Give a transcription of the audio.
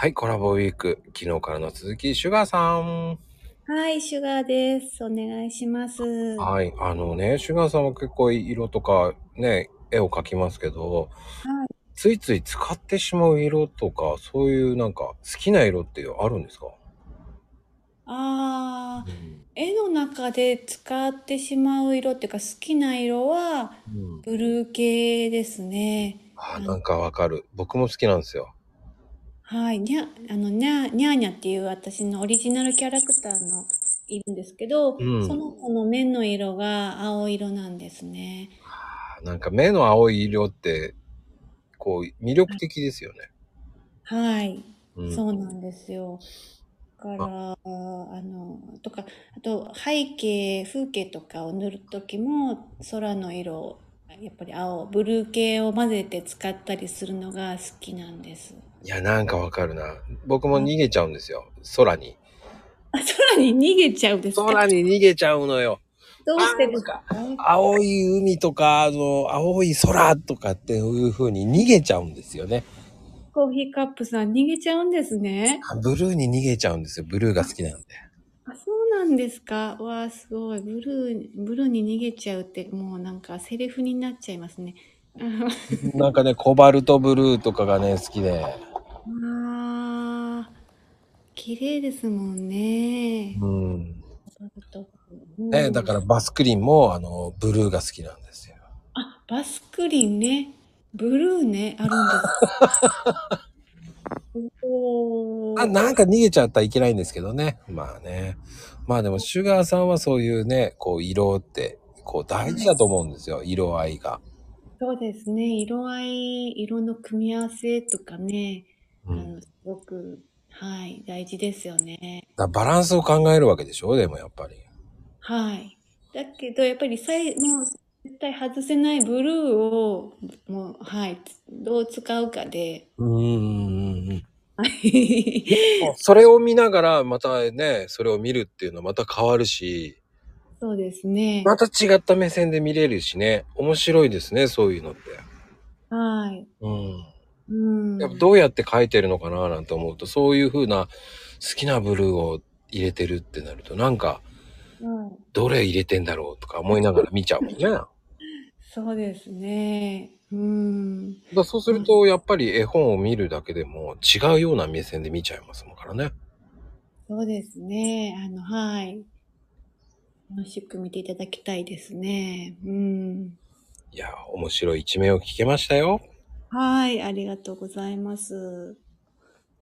はい、コラボウィーク。昨日からの続き、シュガーさん。 はい、シュガーです。お願いします。ははい、シュガーさんは結構色とかね、絵を描きますけど、 い。 ついつい使ってしまう色とか、そういうなんか好きな色ってあるんですか？ あー、 うん。 絵の中で使ってしまう色っていうか好きな色はうん。 ブルー系ですね。 あ、なんかわかる。僕も好きなんですよ。 はい、ニャーニャっていう私のオリジナルキャラクターのいるんですけど、 うん。 その子の目の色が青色なんですね。 なんか目の青い色って、こう、魅力的ですよね。 はい、 うん。 そうなんですよ。だかあ、 ら、あと風景とかを塗るときも、空の色を、やっぱりブルー系を混ぜて使ったりするのが好きなんです。 いや、なんかわかるな。僕もあ、 逃げちゃうんですよ。空に。 空に逃げちゃうんですか？ 空に逃げちゃうのよ。 どうしてですか？ 青い海とか、青い空とかっていう風に逃げちゃうんですよね。 コーヒーカップさん逃げちゃうんですね。 ブルーに逃げちゃうんですよ。ブルーがあ、 好きなんで。 そうなんですか。わあ、すごい。ブルーに逃げちゃうって、もうなんかセリフになっちゃいますね。あなんかね、コバルトブルーとかがね、好きで。 あー、綺麗ですもんね。 うん。 うね、だからん。 バスクリンも、ブルーが好きなんですよ。 あ、バスクリンね。ブルーね、あるんです。おー。 なんか逃げちゃったらいけないんですけどね。まあね。まあでも、シュガーさんはそういうね、こう、色って、こう、大事だと思うんですよ。色合いが。 そうですね。色合い、色の組み合わせとかね、 うん。 すごく、はい、大事ですよね。 バランスを考えるわけでしょでもやっぱり。 はい。だけど、やっぱりもう絶対外せないブルーを、もう、はい、どう使うかで、 うーん。 はい。 でも、それを見ながら、またね、それを見るっていうのはまた変わるし、 そうですね。 また違った目線で見れるしね、面白いですね、そういうのって。 はい。 うん。 うやっぱん。 どうやって描いてるのかななんて思うと、そういう風な好きなブルーを入れてるってなると、なんか、 はい。 どれ入れてんだろうとか思いながら見ちゃうもんね。 そうですね。うん。 そうするま、 と、やっぱり絵本を見るだけでも違うような目線で見ちゃいますもんからね。 そうですね。はい。楽しく見ていただきたいですね。うん。 いや、面白い一面を聞けましたよ。 はい、ありがとうございます。